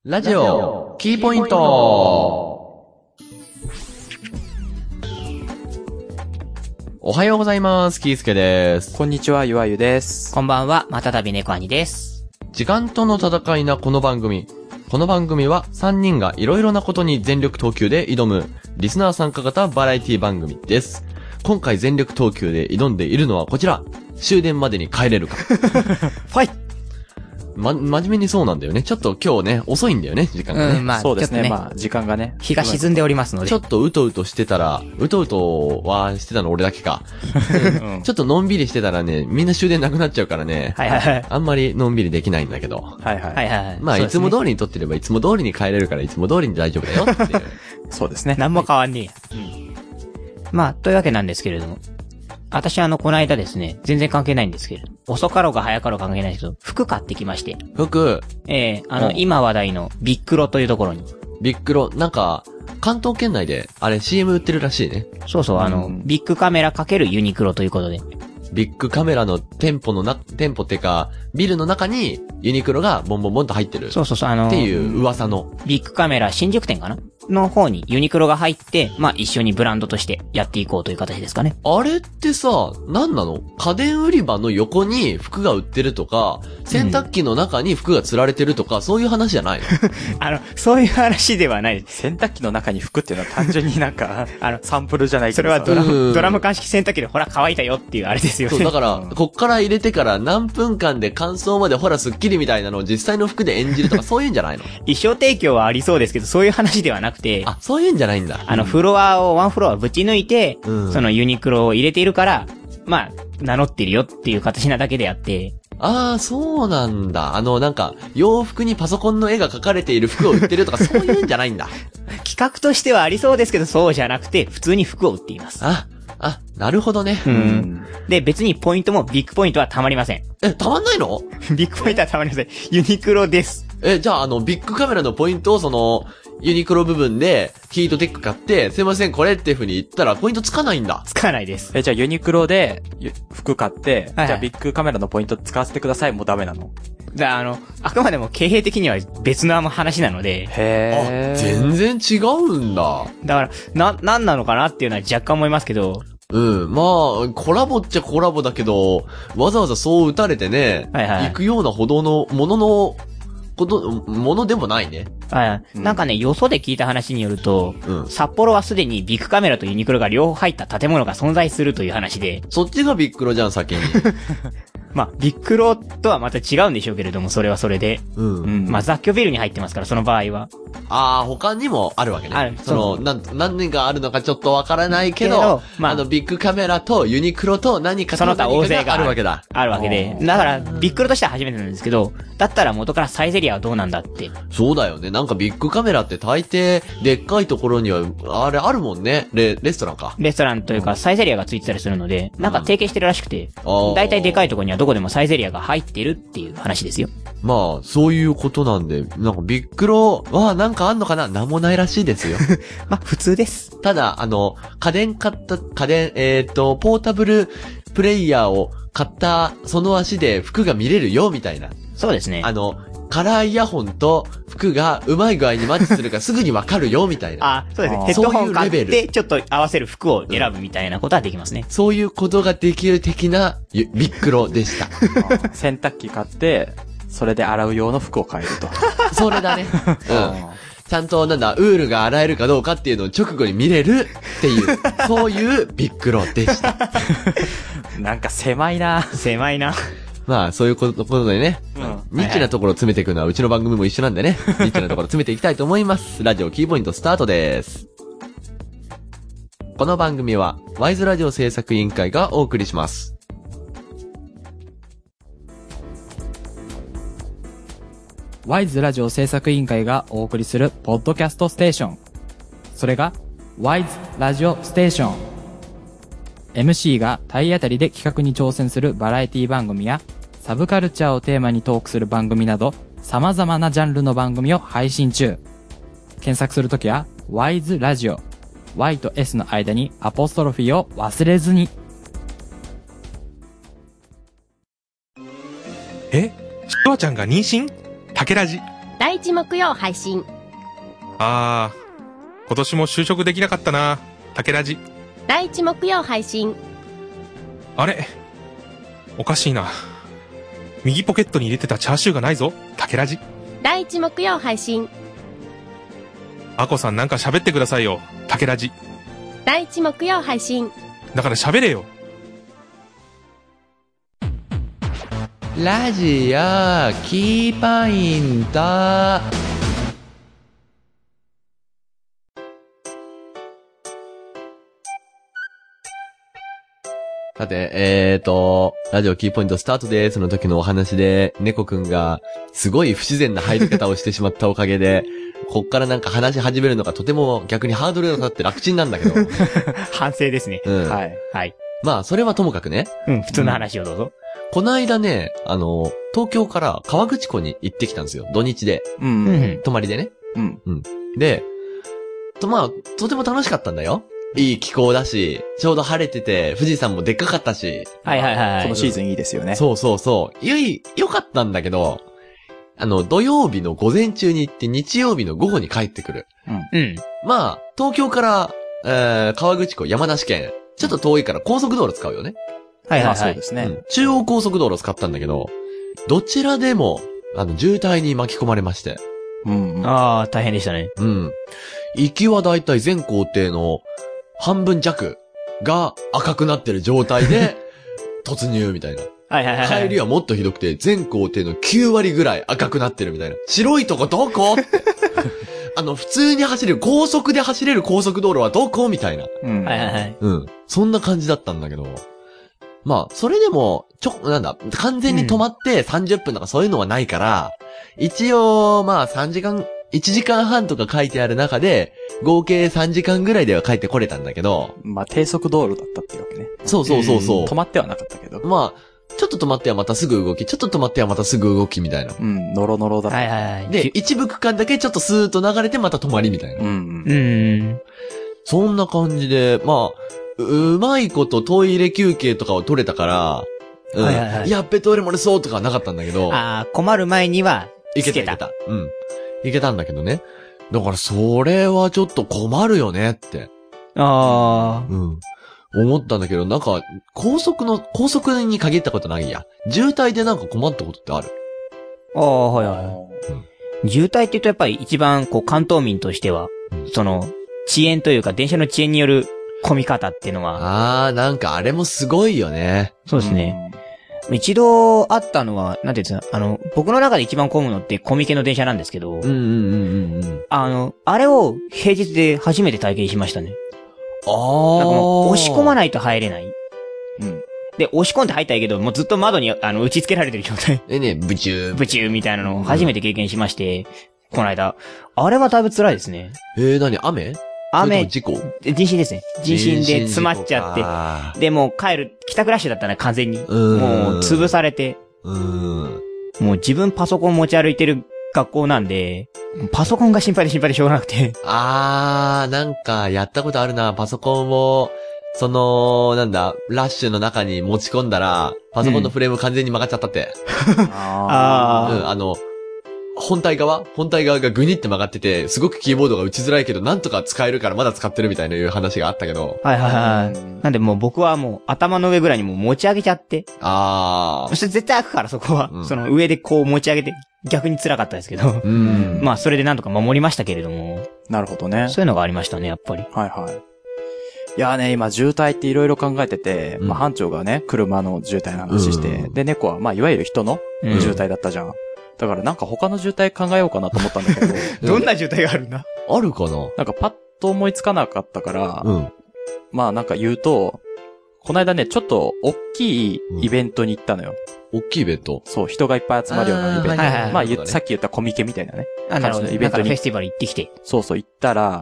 ラジオキーポイント。おはようございます。キースケです。 こんにちは、ゆわゆです。 こんばんは、またたび猫兄です。 時間との戦いなこの番組。この番組は3人がいろいろなことに全力投球で挑むリスナー参加型バラエティ番組です。今回全力投球で挑んでいるのはこちら。終電までに帰れるか。ファイ真面目にそうなんだよね。ちょっと今日ね、遅いんだよね、時間がね。 まあ、 そうですね。 ちょっとまあ、時間がね。 日が沈んでおりますので。 ちょっとうとうとしてたら、うとうとはしてたの俺だけか。ちょっとのんびりしてたらね、みんな終電なくなっちゃうからね。 はいはいはい。 あんまりのんびりできないんだけど。 はいはい。 はいはい。 まあ、いつも通りに撮ってればいつも通りに帰れるからいつも通りに大丈夫だよっていう。 そうですね。 何も変わんねえや。まあ、というわけなんですけれども。私この間ですね、全然関係ないんですけれど、遅かろうが早かろうが関係ないですけど、服買ってきまして。 服今話題のビックロというところに。 ビックロ、なんか、関東圏内で、あれ CM 売ってるらしいね。 そうそう、ビッグカメラ×ユニクロということで。 ビッグカメラの店舗ってか、ビルの中にユニクロがボンボンボンと入ってる。 そうそうそう、 っていう噂の。 ビッグカメラ新宿店かなの方にユニクロが入って、まあ一緒にブランドとしてやっていこうという形ですかね。 あれってさ、何なの？家電売り場の横に服が売ってるとか、洗濯機の中に服が釣られてるとか、そういう話じゃないの？ そういう話ではないです。 洗濯機の中に服っていうのは単純になんか、サンプルじゃないけどそれはドラム乾式洗濯機でほら乾いたよっていうあれですよね。 そう、だから、こっから入れてから何分間で乾燥までほらスッキリみたいなのを実際の服で演じるとかそういうんじゃないの？ 衣装提供はありそうですけど、そういう話ではなくて、 あ、そういうんじゃないんだ。 ワンフロアをぶち抜いて、そのユニクロを入れているから、まあ、名乗ってるよっていう形なだけであって、 ああ、そうなんだ。なんか、洋服にパソコンの絵が描かれている服を売ってるとかそういうんじゃないんだ。 企画としてはありそうですけど、そうじゃなくて、普通に服を売っています。 なるほどね。 で、別にポイントもビッグポイントはたまりません。 たまんないの？ ビッグポイントはたまりません。ユニクロです。 じゃあビッグカメラのポイントをユニクロ部分でヒートテック買って、すいませんこれっていう風に言ったらポイントつかないんだ。 つかないです。 じゃあユニクロで服買って、 はいはい、 じゃあビッグカメラのポイント使わせてくださいもうダメなの？ あくまでも経営的には別の話なので。 へー。 全然違うんだ。 だから、なんなのかなっていうのは若干思いますけど。 まあ、コラボっちゃコラボだけど、わざわざそう打たれてね、行くようなほどのものでもないね。 なんかね、よそで聞いた話によると、札幌はすでにビッグカメラとユニクロが両方入った建物が存在するという話で。 そっちがビックロじゃん、先に。 まあ、ビックロとはまた違うんでしょうけれども、それはそれで。まあ、雑居ビルに入ってますから、その場合は。 他にもあるわけね。何があるのかちょっとわからないけど、ビッグカメラとユニクロと何かと何かがあるわけだ。 あるわけで。だから、ビックロとしては初めてなんですけど、だったら元からサイゼリアはどうなんだって。 そうだよね。なんかビッグカメラって大抵、でっかいところには、あれあるもんね。レストランか。 レストランというか、サイゼリアがついてたりするので、なんか提携してるらしくて、大体でかいところにはどこでもサイゼリアが入ってるっていう話ですよ。 まあ、そういうことなんで、なんかビックロはなんかあんのかな？なんもないらしいですよ。 まあ、普通です。 ただ、ポータブルプレイヤーを買った、その足で服が見れるよ、みたいな。 そうですね。 カラーイヤホンと服がうまい具合にマッチするかすぐにわかるよ、みたいな。 そうですね。ヘッドホン買ってちょっと合わせる服を選ぶみたいなことはできますね。 そういうことができる的なビックロでした。 洗濯機買って、それで洗う用の服を買えると。 それだね。ちゃんとウールが洗えるかどうかっていうのを直後に見れるっていう、そういうビックロでした。 なんか狭いな。 まあ、そういうことでね。ニッチなところを詰めていくのはうちの番組も一緒なんでね。ニッチなところ詰めていきたいと思います。ラジオキーポイントスタートです。この番組は、ワイズラジオ制作委員会がお送りします。 ワイズラジオ制作委員会がお送りするポッドキャストステーション。それが、ワイズラジオステーション。MC が体当たりで企画に挑戦するバラエティ番組や、サブカルチャーをテーマにトークする番組など、様々なジャンルの番組を配信中。検索するときは、ワイズラジオ。Y と S の間にアポストロフィーを忘れずに。 シュワちゃんが妊娠？竹ラジ。 第1木曜配信。 今年も就職できなかったな。竹ラジ。 第1木曜配信。 あれおかしいな。右ポケットに入れてたチャーシューがないぞ。竹ラジ。 第1木曜配信。 アコさんなんか喋ってくださいよ。竹ラジ。 第1木曜配信。 だから喋れよ。 ラジオキーポイント。さて、ラジオキーポイントスタートです。その時のお話で、猫くんが、すごい不自然な入り方をしてしまったおかげで、こっからなんか話し始めるのがとても逆にハードルが立って楽ちんなんだけど。 反省ですね。 うん。 はい。 はい。 まあ、それはともかくね。 普通の話をどうぞ。 この間ね、東京から河口湖に行ってきたんですよ。土日で。泊まりでね。で、まあ、とても楽しかったんだよ。いい気候だし、ちょうど晴れてて、富士山もでっかかったし。 はいはいはい。 このシーズンいいですよね。 そうそうそう。良かったんだけど、土曜日の午前中に行って日曜日の午後に帰ってくる。まあ、東京から、河口湖山梨県、ちょっと遠いから高速道路使うよね。 はいはいはい。 そうですね。 中央高速道路使ったんだけど、どちらでも、渋滞に巻き込まれまして。 ああ、大変でしたね。 行きはだいたい全行程の半分弱が赤くなってる状態で突入みたいな。 はいはいはい。 帰りはもっとひどくて、全行程の9割ぐらい赤くなってるみたいな。白いとこどこって。普通に走れる、高速で走れる高速道路はどこみたいな。 はいはいはい。 そんな感じだったんだけど。まあ、それでも、完全に止まって30分とかそういうのはないから、一応、まあ1時間半とか書いてある中で、合計3時間ぐらいでは帰ってこれたんだけど。 まあ、低速道路だったっていうわけね。 そう。 止まってはなかったけど。 まあ、ちょっと止まってはまたすぐ動き、ちょっと止まってはまたすぐ動きみたいな。 ノロノロだった。 はいはいはい。 で、一部区間だけちょっとスーッと流れてまた止まりみたいな。そんな感じで、まあ、うまいことトイレ休憩とかを取れたから、やっべトイレ漏れそうとかはなかったんだけど。 困る前には、 いけた。いけたんだけどね。だからそれはちょっと困るよねって。思ったんだけど、なんか、高速に限ったことないや。渋滞でなんか困ったことってある？ はいはい。渋滞って言うとやっぱり一番関東民としては、遅延というか電車の遅延による混み方っていうのは。 なんかあれもすごいよね。 そうですね。一度あったのは、なんていうんですか、僕の中で一番混むのってコミケの電車なんですけど、あれを平日で初めて体験しましたね。なんかもう押し込まないと入れない。で、押し込んで入ったけど、もうずっと窓に打ち付けられてる状態。 でね、ブチューみたいなのを初めて経験しまして、この間。あれはだいぶ辛いですね。 何雨事故人身ですね。人身で詰まっちゃって。で、もう帰宅ラッシュだったね、完全に。もう潰されて。もう自分パソコン持ち歩いてる学校なんで、パソコンが心配でしょうがなくて。 なんかやったことあるな。パソコンを、ラッシュの中に持ち込んだら、パソコンのフレーム完全に曲がっちゃったって。本体側がグニって曲がってて、すごくキーボードが打ちづらいけど、なんとか使えるからまだ使ってるみたいないう話があったけど。なんでもう僕はもう頭の上ぐらいにもう持ち上げちゃって。そして絶対開くからそこは。その上でこう持ち上げて、逆に辛かったですけど。まあそれでなんとか守りましたけれども。 なるほどね。 そういうのがありましたね、やっぱり。 いやね、今渋滞っていろいろ考えてて、班長がね、車の渋滞の話して、で、猫は、いわゆる人の渋滞だったじゃん。だからなんか他の渋滞考えようかなと思ったんだけど。 どんな渋滞があるんだ？ あるかな？ なんかパッと思いつかなかったから、まあなんか言うと、この間ね、ちょっと大きいイベントに行ったのよ。 大きいイベント？ そう、人がいっぱい集まるようなイベント。まあさっき言ったコミケみたいなね。 なるほど。イベントに。フェスティバル行ってきて。 そう、行ったら、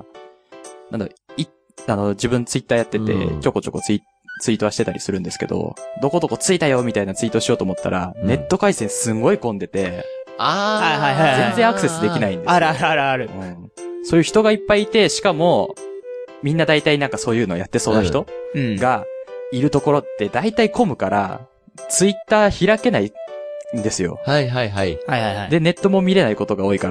自分ツイッターやってて、ちょこちょこツイートはしてたりするんですけど、どこどこ着いたよみたいなツイートしようと思ったら、ネット回線すんごい混んでて、全然アクセスできないんですよ。 ある。 そういう人がいっぱいいて、しかも、みんな大体なんかそういうのやってそうな人がいるところって大体混むから、ツイッター開けないんですよ。 はいはいはい。 はいはいはい。 で、ネットも見れないことが多いから、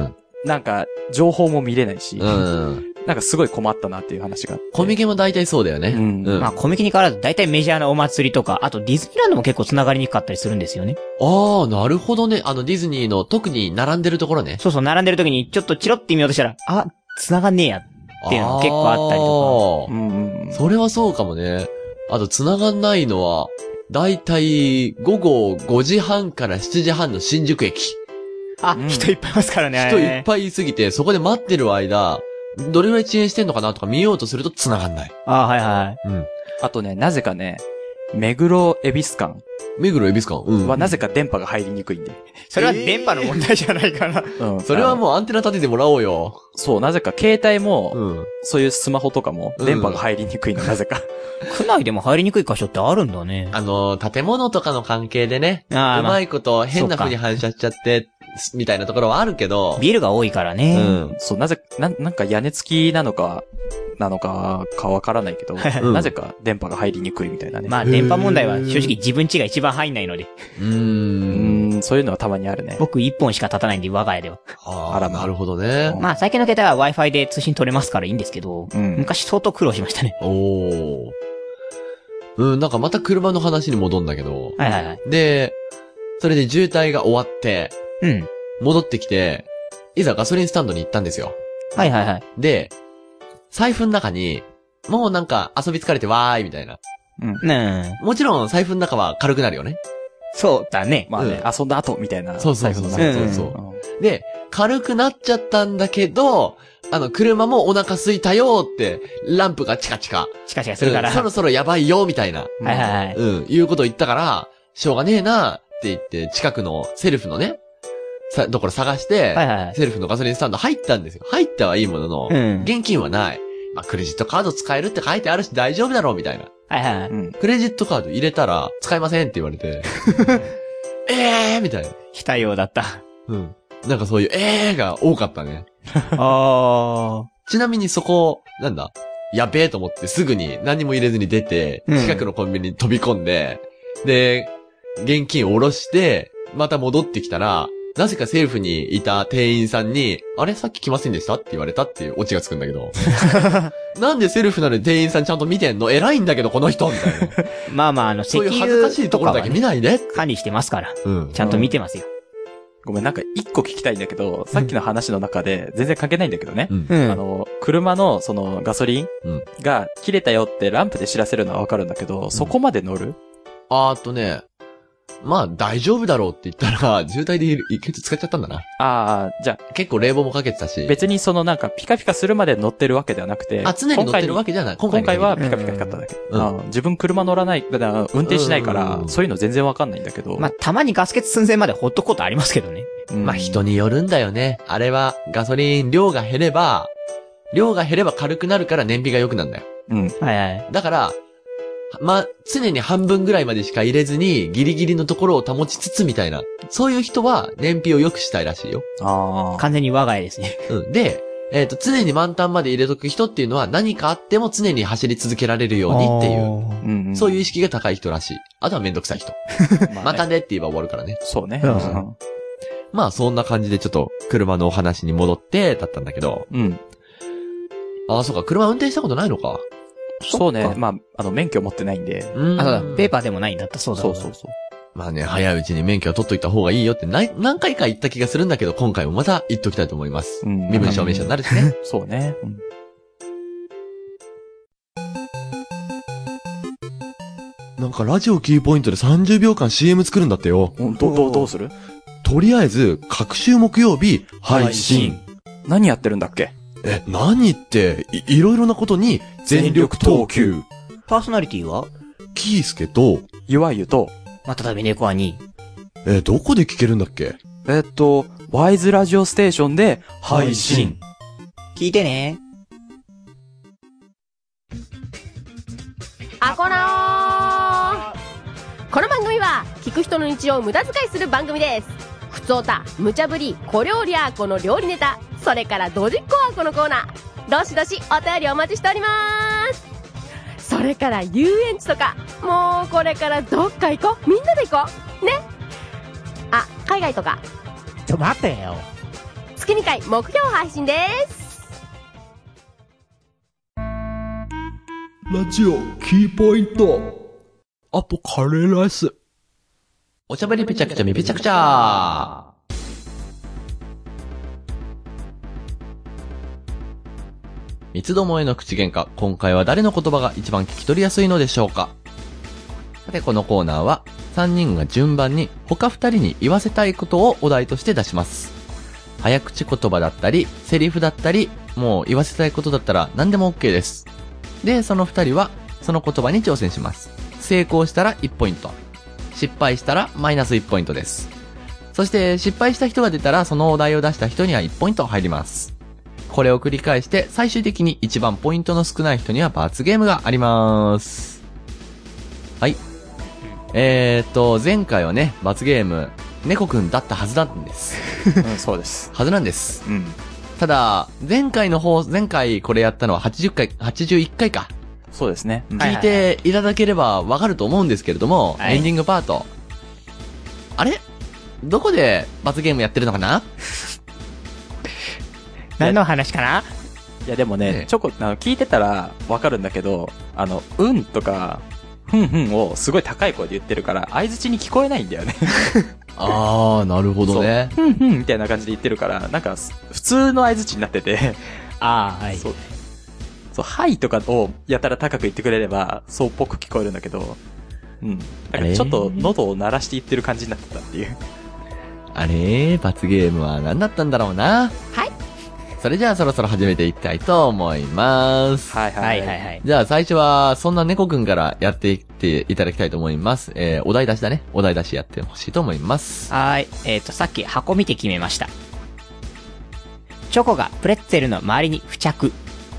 なんか、情報も見れないし、なんかすごい困ったなっていう話があって。 コミケも大体そうだよね。 まあコミケに変わらず大体メジャーなお祭りとか、あとディズニーランドも結構繋がりにくかったりするんですよね。 ああ、なるほどね。ディズニーの特に並んでるところね。 そうそう、並んでる時にちょっとチロって見ようとしたら、あ、繋がんねえやっていうのが結構あったりとか。それはそうかもね。あと繋がんないのは、大体午後5時半から7時半の新宿駅。 人いっぱいいますからね。 人いっぱいいすぎて、そこで待ってる間、どれぐらい遅延してんのかなとか見ようとすると繋がんない。 はいはい。 あとね、なぜかね、目黒恵比寿間。 目黒恵比寿間はなぜか電波が入りにくいんで。 それは電波の問題じゃないかな。 それはもうアンテナ立ててもらおうよ。 そう、なぜか携帯も、そういうスマホとかも電波が入りにくいの、なぜか。 区内でも入りにくい箇所ってあるんだね。 建物とかの関係でね、うまいこと変な風に反射しちゃって、みたいなところはあるけど。 ビルが多いからね。 そう、なぜ、なんか屋根付きなのかわからないけど、なぜか電波が入りにくいみたいなね。 まあ電波問題は正直自分家が一番入んないので。 そういうのはたまにあるね。 僕一本しか立たないんで、我が家では。 なるほどね。 まあ最近の携帯は Wi-Fi で通信取れますからいいんですけど、昔相当苦労しましたね。 なんかまた車の話に戻んだけど。 はいはいはい。 で、それで渋滞が終わって、戻ってきて、いざガソリンスタンドに行ったんですよ。 はいはいはい。 で、財布の中に、もうなんか遊び疲れてわーいみたいな。もちろん財布の中は軽くなるよね。 そうだね。 まあね、遊んだ後みたいな。 そう。で、軽くなっちゃったんだけど、車もお腹空いたよって、ランプがチカチカするから。 そろそろやばいよ、みたいな。 はいはいはい。 いうことを言ったから、しょうがねえなって言って、近くのセルフのね、ところ探して、セルフのガソリンスタンド入ったんですよ。入ったはいいものの、現金はない。まあ、クレジットカード使えるって書いてあるし大丈夫だろう、みたいな。クレジットカード入れたら、使えませんって言われて、みたいな。 非対応だった。 なんかそういうが多かったね。ちなみにそこ、やべえと思ってすぐに何も入れずに出て、近くのコンビニに飛び込んで、で、現金を下ろして、また戻ってきたら、なぜかセルフにいた店員さんに、あれさっき来ませんでしたって言われたっていうオチがつくんだけど。なんでセルフなのに店員さんちゃんと見てんの偉いんだけどこの人みたいな。 まあそういう恥ずかしいところだけ見ないで。 管理してますから。ちゃんと見てますよ。 ごめん、なんか一個聞きたいんだけど、さっきの話の中で全然関係ないんだけどね。車のそのガソリンが切れたよってランプで知らせるのはわかるんだけど、そこまで乗る？ まあ大丈夫だろうって言ったら、渋滞で一気に使っちゃったんだな。 じゃあ。 結構冷房もかけてたし。 別にそのなんかピカピカするまで乗ってるわけではなくて。 常に乗ってるわけじゃない。 今回はピカピカ光っただけ。自分車乗らない、運転しないから、そういうの全然わかんないんだけど。 まあたまにガス欠寸前までほっとくことありますけどね。 まあ人によるんだよね。あれはガソリン量が減れば軽くなるから燃費が良くなるんだよ。 はいはい。 だから、常に半分ぐらいまでしか入れずに、ギリギリのところを保ちつつみたいな。そういう人は、燃費を良くしたいらしいよ。 完全に我が家ですね。 で、常に満タンまで入れとく人っていうのは、何かあっても常に走り続けられるようにっていう、そういう意識が高い人らしい。あとはめんどくさい人。またねって言えば終わるからね。 そうね。 まあ、そんな感じでちょっと、車のお話に戻って、だったんだけど。そうか、車運転したことないのか。 そうね。まあ、免許持ってないんで。 そうだ、ペーパーでもないんだった、そうだ。 そう。 まあね、早いうちに免許を取っといた方がいいよって何回か言った気がするんだけど、今回もまた言っときたいと思います。身分証明書になるしね。 そうね。 なんかラジオキーポイントで30秒間 CM 作るんだってよ。 どうする？ とりあえず、各週木曜日、配信。 何やってるんだっけ？ 何って、いろいろなことに全力投球。 パーソナリティは？ キースケと、 ゆわゆと、 またたび猫兄。 どこで聞けるんだっけ？ ワイズラジオステーションで配信。 聞いてね。 アコラー。この番組は聞く人の日常を無駄遣いする番組です。ふつおた、無茶ぶり、小料理アーコの料理ネタ、それからドジっ子アーコのコーナー、どしどしお便りお待ちしております。それから遊園地とか、もうこれからどっか行こう、みんなで行こうね。 海外とか。 ちょ、待ってよ。 月2回目標配信です。 ラジオキーポイント。あとカレーライス。おしゃべりぺちゃくちゃみぺちゃくちゃ。三つどもえの口喧嘩。今回は誰の言葉が一番聞き取りやすいのでしょうか。さてこのコーナーは3人が順番に他2人に言わせたいことをお題として出します。早口言葉だったりセリフだったりもう言わせたいことだったら何でも OK です。でその2人はその言葉に挑戦します。成功したら1ポイント、失敗したらマイナス1ポイントです。そして失敗した人が出たらそのお題を出した人には1ポイント入ります。これを繰り返して最終的に一番ポイントの少ない人には罰ゲームがあります。はい。前回はね、罰ゲーム、猫くんだったはずなんです。 そうです。 はずなんです。 うん。 ただ、前回これやったのは81回か。 そうですね。 聞いていただければわかると思うんですけれども、 はい、 エンディングパート。あれどこで罰ゲームやってるのかな何の話かな。 いやでもね、聞いてたらわかるんだけど、うんとか、ふんふんをすごい高い声で言ってるから、相槌に聞こえないんだよね。 あー、なるほどね。 ふんふんみたいな感じで言ってるから、なんか、普通の相槌になってて、 あー、はい。 そう、はいとかをやたら高く言ってくれれば、そうっぽく聞こえるんだけど、うん。なんかちょっと喉を鳴らして言ってる感じになってたっていう。 あれ罰ゲームは何だったんだろうな。 はい。 それじゃあそろそろ始めていきたいと思います。 はいはいはいはい。 じゃあ最初は、そんな猫くんからやっていっていただきたいと思います。お題出しだね。お題出しやってほしいと思います。 はい。さっき箱見て決めました。チョコがプレッツェルの周りに付着。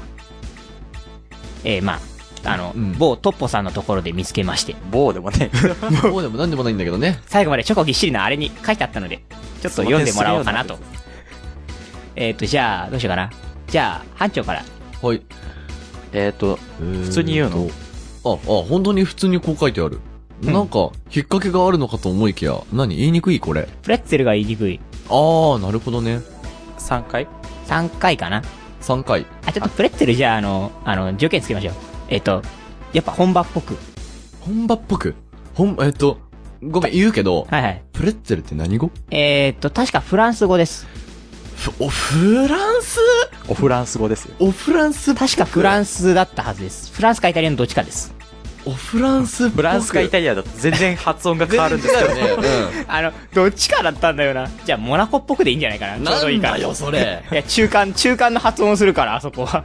某トッポさんのところで見つけまして。 某でもね。 某でも何でもないんだけどね。 最後までチョコぎっしりのあれに書いてあったので、ちょっと読んでもらおうかなと。じゃあ、どうしようかな。じゃあ、班長から。 はい。 普通に言うの？ 本当に普通にこう書いてある。なんか、引っ掛けがあるのかと思いきや、言いにくいこれ。 プレッツェルが言いにくい。 なるほどね。 3回 ?3 回かな。 3回。 ちょっとプレッツェルじゃあ、条件つけましょう。やっぱ本場っぽく。 本場っぽくごめん、言うけど。 はいはい。 プレッツェルって何語？ 確かフランス語です。 フランス？ おフランス語ですよ。 おフランス？ 確かフランスだったはずです。フランスかイタリアのどっちかです。 おフランス？ フランスかイタリアだと全然発音が変わるんですよね。 どっちかだったんだよな。じゃあ、モナコっぽくでいいんじゃないかな。ちょうどいいから。 なんだよ、それ。 いや、中間の発音をするから、あそこは。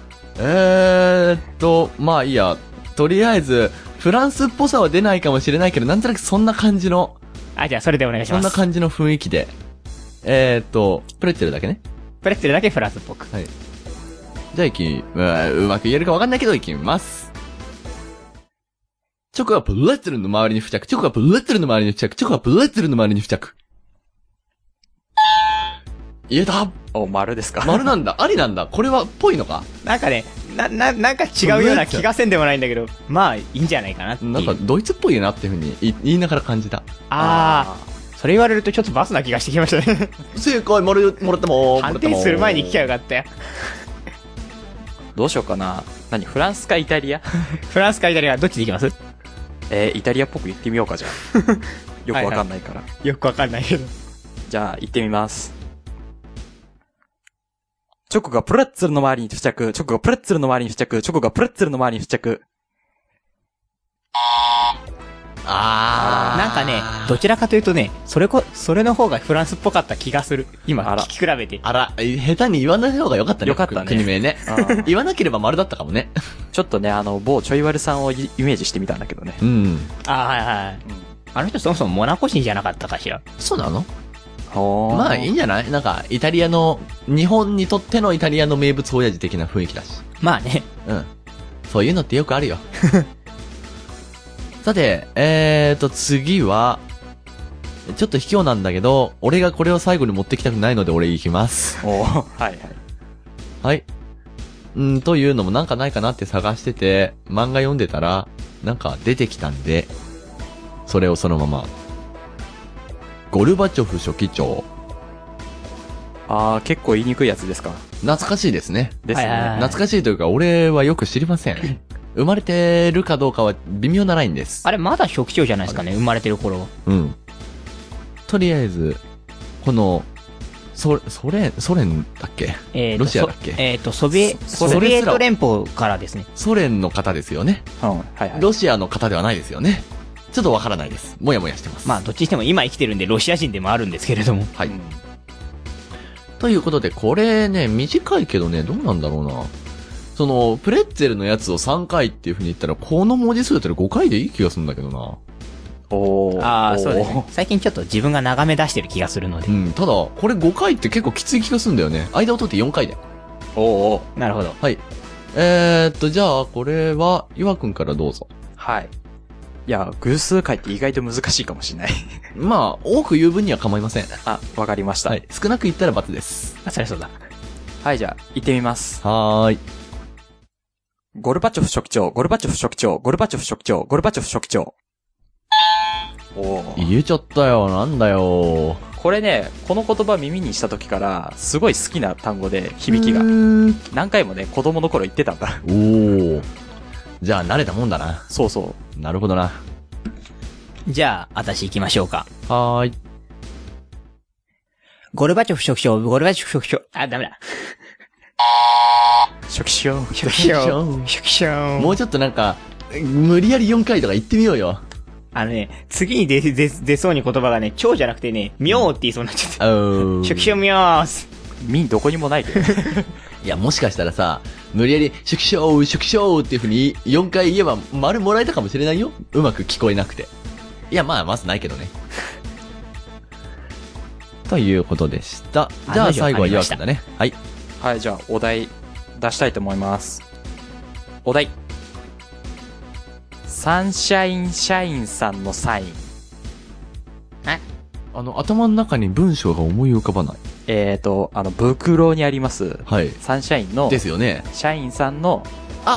まあいいや。とりあえず、フランスっぽさは出ないかもしれないけど、なんとなくそんな感じの。 じゃあ、それでお願いします。 そんな感じの雰囲気で。プレッツェルだけね。 プレッツェルだけフランスっぽく。 はい。じゃあうまく言えるかわかんないけど、いきます。チョコがプレッツェルの周りに付着。チョコがプレッツェルの周りに付着。チョコがプレッツェルの周りに付着。言えた。 丸ですか？ 丸なんだ。ありなんだ。これは、ぽいのか？ なんかね、なんか違うような気がせんでもないんだけど、まあ、いいんじゃないかなっていう。 なんか、ドイツっぽいなっていうふうに言いながら感じた。 それ言われるとちょっとバスな気がしてきましたね。 正解、もらったもん。 判定する前に聞きゃよかったよ。 どうしようかな。フランスかイタリア？ フランスかイタリア、どっちでいきます？ イタリアっぽく言ってみようか、じゃあ。よくわかんないから。 よくわかんないけど。 じゃあ、言ってみます。チョコがプレッツェルの周りに付着。チョコがプレッツェルの周りに付着。チョコがプレッツェルの周りに付着。 なんかね、どちらかというとね、それの方がフランスっぽかった気がする。今、聞き比べて。 下手に言わない方がよかったね。 よかったね。 国名ね。言わなければ丸だったかもね。 ちょっとね、某ちょい悪さんをイメージしてみたんだけどね。 うん。 はいはい。あの人そもそもモナコ人じゃなかったかしら。 そうなの？まあいいんじゃない？なんか、日本にとってのイタリアの名物親父的な雰囲気だし。 まあね。 うん。そういうのってよくあるよ。さて、次は、ちょっと卑怯なんだけど、俺がこれを最後に持ってきたくないので俺行きます。 はいはい。 はい。というのもなんかないかなって探してて、漫画読んでたら、なんか出てきたんで、それをそのまま、5 ゴルバチョフ書記長。 結構言いにくいやつですか。 懐かしいですね。 ですね。 懐かしいというか、俺はよく知りません。生まれてるかどうかは微妙なラインです。 あれ、まだ書記長じゃないですかね、生まれてる頃。 うん。とりあえず、この、ソ連だっけ、ロシアだっけ、 ソビエト連邦からですね。 ソ連の方ですよね。 はいはい。 ロシアの方ではないですよね。ちょっとわからないです。もやもやしてます。 まあ、どっちにしても今生きてるんでロシア人でもあるんですけれども。 はい。ということで、これね、短いけどね、どうなんだろうな。その、プレッツェルのやつを3回っていう風に言ったら、この文字数だったら5回でいい気がするんだけどな。 そうですね。最近ちょっと自分が長め出してる気がするので。 うん、ただ、これ5回って結構きつい気がするんだよね。間を取って4回で。 なるほど。 はい。じゃあ、これは、岩くんからどうぞ。 はい。いや、偶数回って意外と難しいかもしれない。 まあ、多く言う分には構いません。 わかりました。 はい。少なく言ったら×です。 そりゃそうだ。 はい、じゃあ、行ってみます。 はーい。 ゴルバチョフ書記長、ゴルバチョフ書記長、ゴルバチョフ書記長、ゴルバチョフ書記長。 言えちゃったよ、なんだよ。 これね、この言葉耳にした時から、すごい好きな単語で、響きが。何回もね、子供の頃言ってたんだ。 じゃあ、慣れたもんだな。 そうそう。 なるほどな。 じゃあ、私行きましょうか。 はーい。 ゴルバチョフ書記長、ゴルバチョフ書記長、ダメだ。 書記長、 書記長、書記長。 もうちょっとなんか、無理やり4回とか言ってみようよ。 次に出そうに言葉がね、超じゃなくてね、妙って言いそうになっちゃった。書記長妙ーす。 どこにもないけど。 いや、もしかしたらさ、無理やり、書記長、書記長っていう風に4回言えば丸もらえたかもしれないよ。うまく聞こえなくて。いや、まずないけどね。ということでした。じゃあ最後は岩くんだね。はい。 はい、じゃあお題出したいと思います。お題。サンシャイン社員さんのサイン。 頭の中に文章が思い浮かばない。 袋にあります。 はい。 サンシャインの。 ですよね。 社員さんの。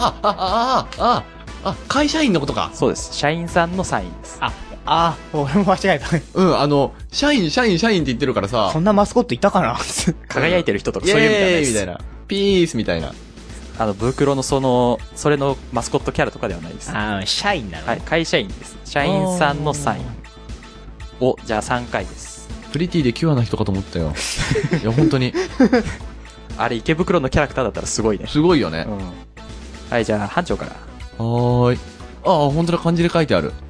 会社員のことか。 そうです。社員さんのサインです。 俺も間違えた。 社員って言ってるからさ。 そんなマスコットいたかな輝いてる人とかそういうみたいなやつ。 みたいな。ピースみたいな。 袋のそれのマスコットキャラとかではないです。 社員なの。 はい、会社員です。社員さんのサインを、じゃあ3回です。 プリティでキュアな人かと思ったよ。いや、本当に。 あれ、池袋のキャラクターだったらすごいね。 すごいよね。 はい、じゃあ、班長から。 はーい。本当だ、漢字で書いてある。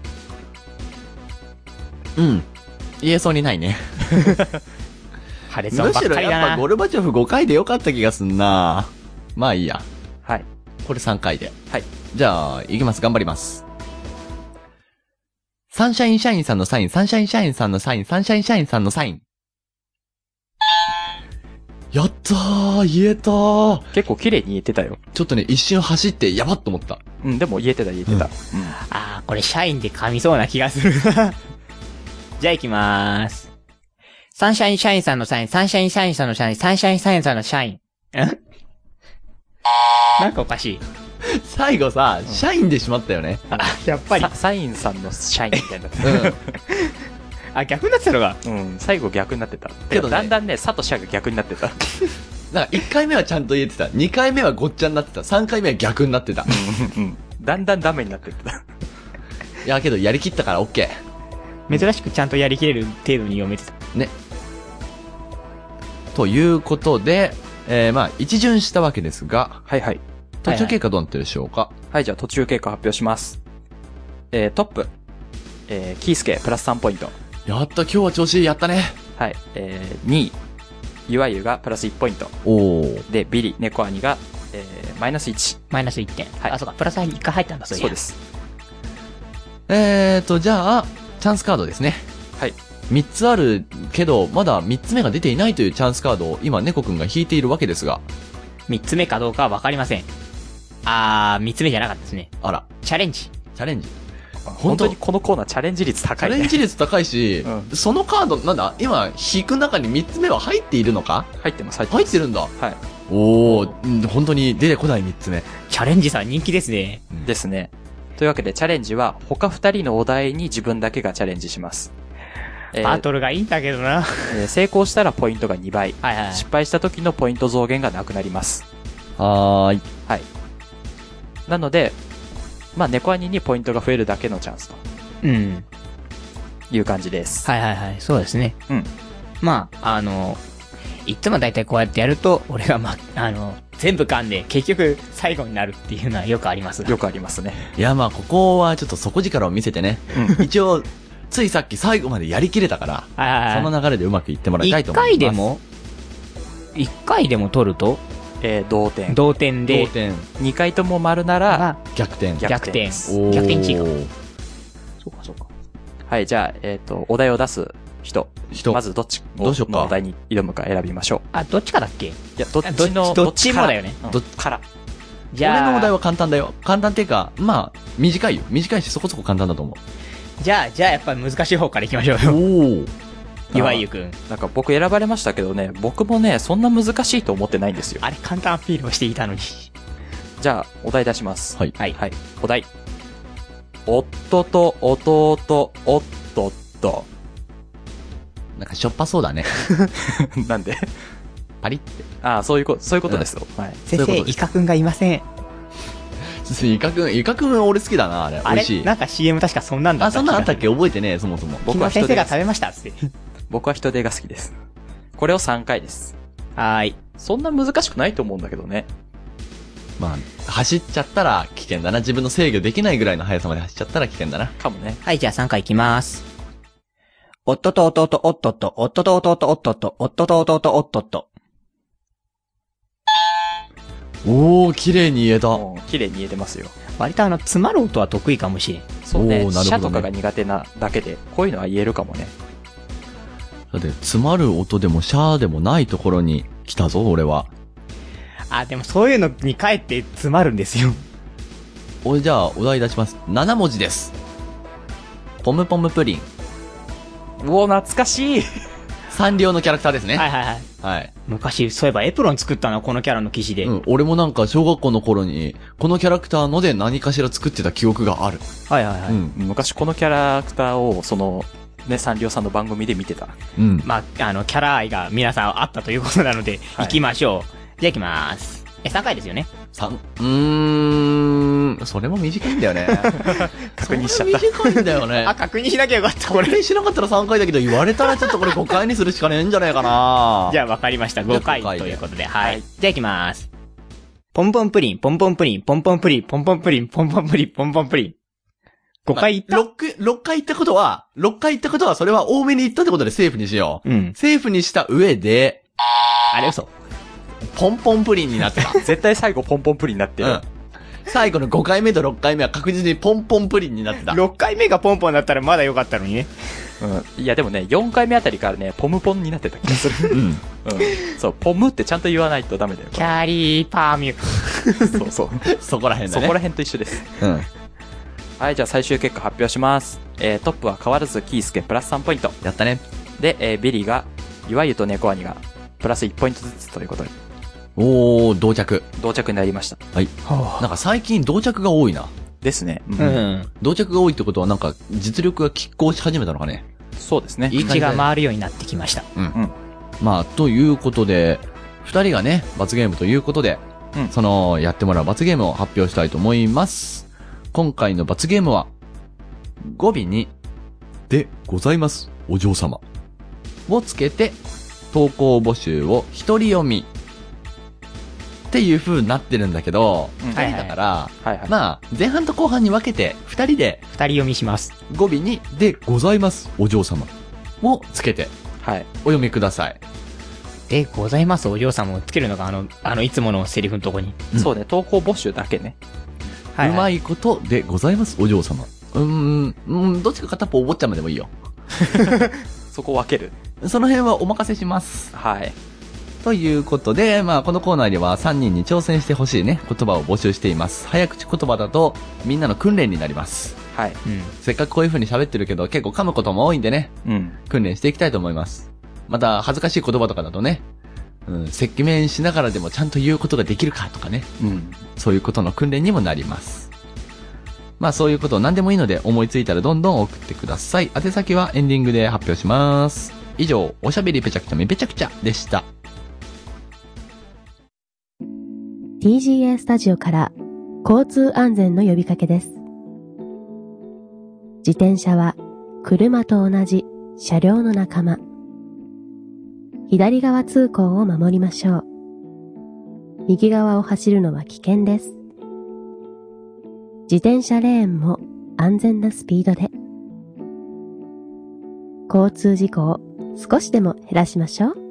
言えそうにないね。むしろやっぱゴルバチョフ5回でよかった気がすんな。まあいいや。 はい。 これ3回で。 はい。 じゃあ、いきます。頑張ります。サンシャイン社員さんのサイン、サンシャイン社員さんのサイン、サンシャイン社員さんのサイン。やったー、言えたー。 結構綺麗に言えてたよ。 ちょっとね、一瞬走ってやばっと思った。 でも言えてた。 これ社員で噛みそうな気がする。じゃあ行きまーす。サンシャイン社員さんのサイン、サンシャイン社員さんのサイン、サンシャイン社員さんの社員。なんかおかしい。 最後さ、社員でしまったよね。 やっぱり。 サインさんの社員みたいになってた。逆になってたのが。 最後逆になってた。けどだんだんね、サとシャが逆になってた。 だから1回目はちゃんと言えてた。2回目はごっちゃになってた。3回目は逆になってた。 だんだんダメになってた。 いや、けどやりきったから OK。 珍しくちゃんとやりきれる程度に読めてた。 ね。ということで、一巡したわけですが。 はいはい。 途中経過どうなってるでしょうか。 はい、じゃあ途中経過発表します。トップ。キースケプラス3ポイント。 やった、今日は調子いい、やったね。 はい。2位、ゆわゆがプラス1ポイント。で、ビリ、猫兄が、マイナス1。 マイナス1点。 はい。 そうか、プラス1回入ったんだ、 そうです。 じゃあ、チャンスカードですね。 はい。 3つあるけど、まだ3つ目が出ていないというチャンスカードを今、猫くんが引いているわけですが。 3つ目かどうかはわかりません。3つ目じゃなかったですね。 あら。 チャレンジ。 本当にこのコーナーチャレンジ率高いね。 チャレンジ率高いし、そのカード、なんだ今、引く中に3つ目は入っているのか？ 入ってます。 入ってるんだ。 はい。 本当に出てこない3つ目。 チャレンジさん人気ですね。 ですね。というわけでチャレンジは他2人のお題に自分だけがチャレンジします。 バトルがいいんだけどな。 成功したらポイントが2倍。 はいはい。 失敗した時のポイント増減がなくなります。 はーい。 はい。なので、まあ、猫兄にポイントが増えるだけのチャンスと。 うん。 いう感じです。 はいはいはい。そうですね。 うん。 まあ、いつもだいたいこうやってやると、俺が全部噛んで、結局最後になるっていうのはよくありますが。 よくありますね。 いや、まあ、ここはちょっと底力を見せてね。うん、一応、ついさっき最後までやりきれたから、 はいはいはい、 その流れでうまくいってもらいたいと思います。 一回でも取ると同点。 同点で。 同点。 2回とも丸なら、 逆転。 逆転1位か。 そうかそうか。はい、じゃあ、お題を出す人。まずどっちのお題に挑むか選びましょう。 あ、どっちかだっけ？いや、どっちもだよね。 どっちから。 じゃあ。俺のお題は簡単だよ。簡単っていうか、まあ、短いよ。短いしそこそこ簡単だと思う。 じゃあやっぱり難しい方から行きましょうよ。 おお。 岩井ゆくん。 なんか僕選ばれましたけどね、僕もね、そんな難しいと思ってないんですよ。 あれ、簡単アピールをしていたのに。 じゃあ、お題出します。 はい。 はい。 はい。お題。夫と弟、夫。 なんかしょっぱそうだね。 なんでパリって。 ああ、そういうことですよ。はい。 先生、イカくんがいません。 イカくん俺好きだな、あれ。美味しい。 なんか CM 確かそんなんだった。 あ、そんなんあったっけ覚えてねえ、そもそも。 僕は先生が食べました、つって。 僕は人手が好きです。これを3回です。 はーい。 そんな難しくないと思うんだけどね。 まあ、走っちゃったら危険だな。自分の制御できないぐらいの速さまで走っちゃったら危険だな。 かもね。 はい、じゃあ3回いきます。夫と弟、夫と、夫と弟、夫と、夫と弟、夫と。 おー、綺麗に言えた。 綺麗に言えてますよ。 割と詰まる音は得意かもしれん。 そうね。シャとかが苦手なだけで、こういうのは言えるかもね。 だって、詰まる音でもシャーでもないところに来たぞ、俺は。 あ、でもそういうのに帰って詰まるんですよ。 じゃあ、お題出します。7文字です。ポムポムプリン。 懐かしい。 サンリオのキャラクターですね。 はいはいはい。はい。昔、そういえばエプロン作ったの、このキャラの記事で。 うん、俺もなんか小学校の頃に、このキャラクターので何かしら作ってた記憶がある。 はいはいはい。うん、 昔このキャラクターを、ね、サンリオさんの番組で見てた。 うん。まあ、キャラ愛が皆さんあったということなので、行きましょう。じゃあ行きまーす。3回ですよね。 それも短いんだよね。 確認しちゃった。 短いんだよね。 あ、確認しなきゃよかった。 これしなかったら3回だけど、言われたらちょっとこれ5回にするしかねえんじゃないかな。 じゃあ分かりました。5回ということで。はい。じゃあ行きまーす。ポンポンプリン、ポンポンプリン、ポンポンプリン、ポンポンプリン、ポンポンプリン、ポンポンプリン。5回言った ?6 回言ったことは、それは多めに言ったってことでセーフにしよう。うん。セーフにした上で、 あれ嘘。 ポンポンプリンになってた。 絶対最後ポンポンプリンになってる。うん。 最後の5回目と6回目は確実にポンポンプリンになってた。 6回目がポンポンだったらまだ良かったのにね。 うん。いやでもね、4回目あたりからね、ポムポンになってた気がする。うん。うん。そう、ポムってちゃんと言わないとダメだよ。 キャリーパーミュ。 そうそう。 そこら辺だね。 そこら辺と一緒です。うん。はい、じゃあ最終結果発表します。トップは変わらずキースケプラス3ポイント。 やったね。 で、ビリーが、いわゆと猫兄が、プラス1ポイントずつということで。 同着。 同着になりました。 はい。なんか最近同着が多いな。 ですね。 うん。 同着が多いってことはなんか実力が拮抗し始めたのかね。 そうですね。 位置が回るようになってきました。 うん。うん。まあ、ということで、二人がね、罰ゲームということで、やってもらう罰ゲームを発表したいと思います。今回の罰ゲームは、語尾に、でございます、お嬢様。をつけて、投稿募集を一人読み。っていう風になってるんだけど、二人だから、まあ、前半と後半に分けて、二人読みします。 語尾に、でございます、お嬢様。をつけて、 はい。 お読みください。 でございます、お嬢様をつけるのが、いつものセリフのとこに。 そうね、投稿募集だけね。 はい、うまいことでございます、お嬢様。どっちか片っぽお坊ちゃまでもいいよ。 そこ分ける。 その辺はお任せします。 はい。 ということで、まあ、このコーナーでは3人に挑戦してほしいね、言葉を募集しています。早口言葉だと、みんなの訓練になります。 はい。 うん。せっかくこういう風に喋ってるけど、結構噛むことも多いんでね。うん。訓練していきたいと思います。また、恥ずかしい言葉とかだとね、赤面しながらでもちゃんと言うことができるかとかね。うん。そういうことの訓練にもなります。 まあそういうこと何でもいいので思いついたらどんどん送ってください。宛先はエンディングで発表します。以上、おしゃべりぺちゃくちゃめぺちゃくちゃでした。 TGA スタジオから交通安全の呼びかけです。自転車は車と同じ車両の仲間。左側通行を守りましょう。右側を走るのは危険です。自転車レーンも安全なスピードで。交通事故を少しでも減らしましょう。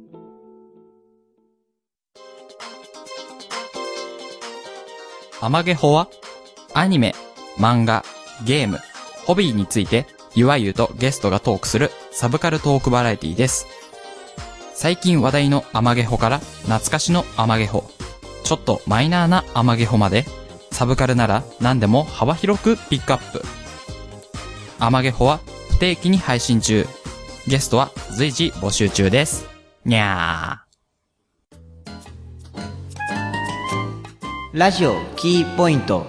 アマゲホはアニメ、漫画、ゲーム、ホビーについてゆわゆとゲストがトークするサブカルトークバラエティです。最近話題のアマゲホから懐かしのアマゲホ、ちょっとマイナーなアマゲホまでサブカルなら何でも幅広くピックアップ。アマゲホは不定期に配信中。ゲストは随時募集中です。にゃー。 ラジオキーポイント。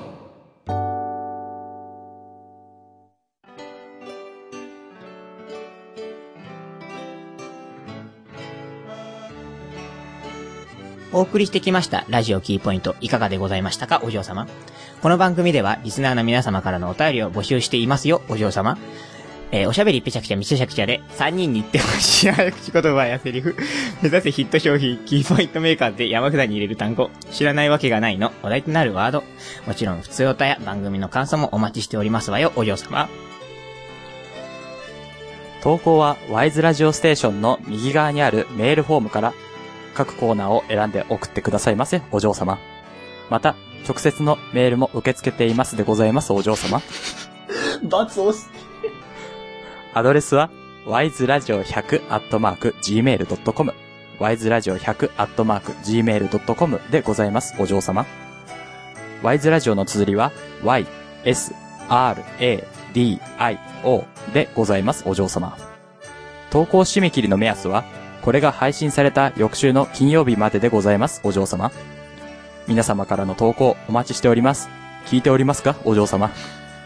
お送りしてきましたラジオキーポイント、いかがでございましたか、お嬢様。この番組ではリスナーの皆様からのお便りを募集していますよ、お嬢様。おしゃべりぺちゃくちゃみちゃくちゃで3人に言ってほしい早口言葉やセリフ、目指せヒット商品、キーポイントメーカーで山札に入れる単語、知らないわけがないのお題となるワード、もちろん普通歌や番組の感想もお待ちしておりますわよ、お嬢様。 投稿はワイズラジオステーションの右側にあるメールフォームから各コーナーを選んで送ってくださいませ、お嬢様。また直接のメールも受け付けていますでございます、お嬢様。 罰をして。 アドレスは wiseradio100@gmail.com wiseradio100@gmail.com でございます、お嬢様。ワイズラジオの綴りは YSRADIO でございます、お嬢様。投稿締め切りの目安はこれが配信された翌週の金曜日まででございます、お嬢様。皆様からの投稿お待ちしております。聞いておりますか、お嬢様。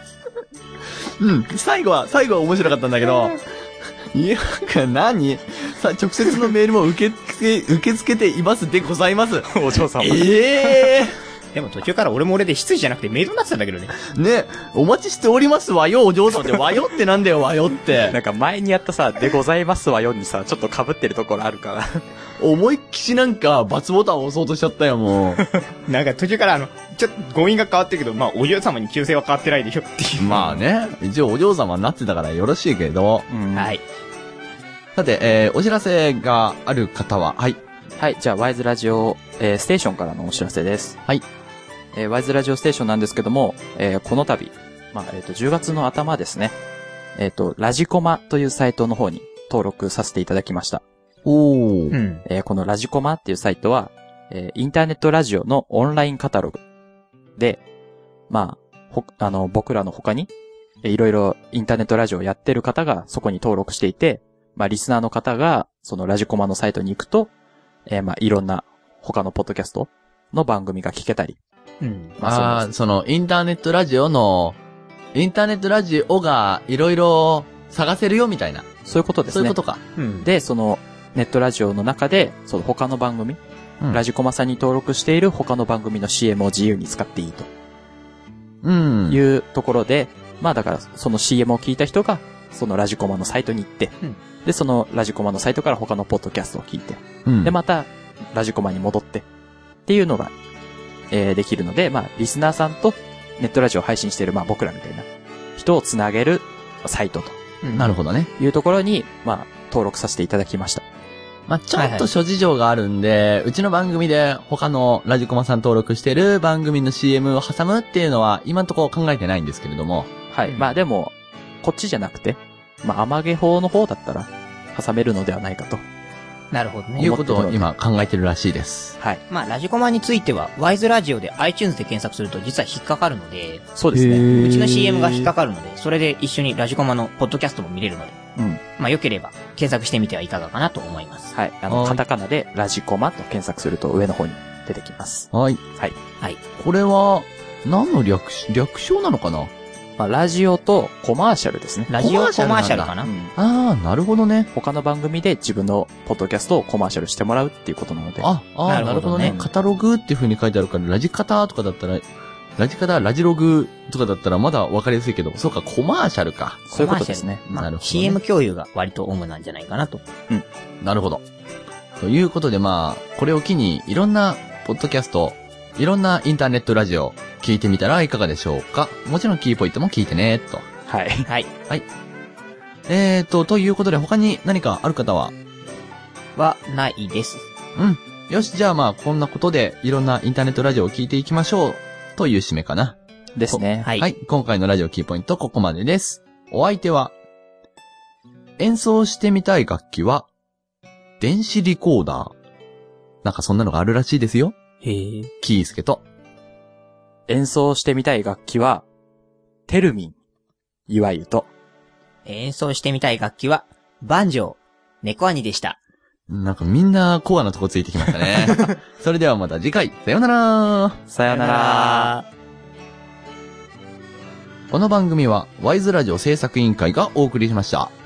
最後は面白かったんだけど、いや、何さ、直接のメールも受け付けていますでございます。 お嬢様。 でも途中から俺も俺で失礼じゃなくてメールになってたんだけどね。 ね、お待ちしておりますわよ、お嬢さんって、わよってなんだよ、わよって。 なんか前にやったさ、でございますわよにさ、ちょっと被ってるところあるから。 思いっきしなんか、×ボタンを押そうとしちゃったよ、もう。なんか途中からちょっと語彙が変わってるけど、まあ、お嬢様に旧姓は変わってないでしょっていう。 まあね、一応お嬢様になってたからよろしいけど。 はい。 さて、お知らせがある方は、はい。 はい、じゃあ、ワイズラジオ、ステーションからのお知らせです。 はい。 ワイズラジオステーションなんですけども、この度、まあ、10月の頭ですね。ラジコマというサイトの方に登録させていただきました。 おー。 このラジコマっていうサイトは、インターネットラジオのオンラインカタログで、まあ、僕らの他に、いろいろインターネットラジオをやってる方がそこに登録していて、まあ、リスナーの方が、そのラジコマのサイトに行くと、まあ、いろんな他のポッドキャストの番組が聞けたり、 まあ、その、インターネットラジオがいろいろ探せるよみたいな。 そういうことですね。 そういうことか。 で、その、ネットラジオの中で、その他の番組、ラジコマさんに登録している他の番組の CM を自由に使っていいと。いうところで、まあだから、その CM を聞いた人が、そのラジコマのサイトに行って、で、そのラジコマのサイトから他のポッドキャストを聞いて、で、また、ラジコマに戻って、っていうのが、できるので、まあ、リスナーさんとネットラジオを配信している、まあ僕らみたいな人をつなげるサイトと。 なるほどね。 いうところに、まあ、登録させていただきました。 まあ、ちょっと諸事情があるんで、うちの番組で他のラジコマさん登録してる番組の CM を挟むっていうのは今のところ考えてないんですけれども。 はい。まあでも、こっちじゃなくて、まあ、アマゲ法の方だったら挟めるのではないかと。 なるほどね。 いうことを今考えてるらしいです。 はい。 まあ、ラジコマについては、ワイズラジオで iTunes で検索すると実は引っかかるので、 そうですね。 うちの CM が引っかかるので、それで一緒にラジコマのポッドキャストも見れるので、まあ、良ければ検索してみてはいかがかなと思います。 はい。カタカナでラジコマと検索すると上の方に出てきます。 はい。 はい。はい。 これは、何の略称なのかな？ まあ、ラジオとコマーシャルですね。 ラジオコマーシャルかな。 ああ、なるほどね。 他の番組で自分のポッドキャストをコマーシャルしてもらうっていうことなので。 なるほどね。カタログっていう風に書いてあるから、ラジカタとかだったら、ラジログとかだったらまだ分かりやすいけど、そうか、コマーシャルか。 そういうことですね。 まあ、 なるほどね。 CM 共有が割と主なんじゃないかなと。 なるほど。ということでまあ、これを機にいろんなポッドキャスト、いろんなインターネットラジオ聞いてみたらいかがでしょうか。もちろんキーポイントも聞いてね、と。 はい。 はい。 はい。ということで他に何かある方はないです。 よし、じゃあまあ、こんなことでいろんなインターネットラジオを聞いていきましょう。という締めかな。 ですね。 はい。 はい。今回のラジオキーポイントここまでです。お相手は、演奏してみたい楽器は、電子リコーダー。なんかそんなのがあるらしいですよ。 へえ。 キースケと。 演奏してみたい楽器は、テルミン、岩井と。 演奏してみたい楽器は、バンジョー、猫兄でした。 なんかみんなコアなとこついてきましたね。それではまた次回、さよなら。 さよなら。 この番組は、ワイズラジオ制作委員会がお送りしました。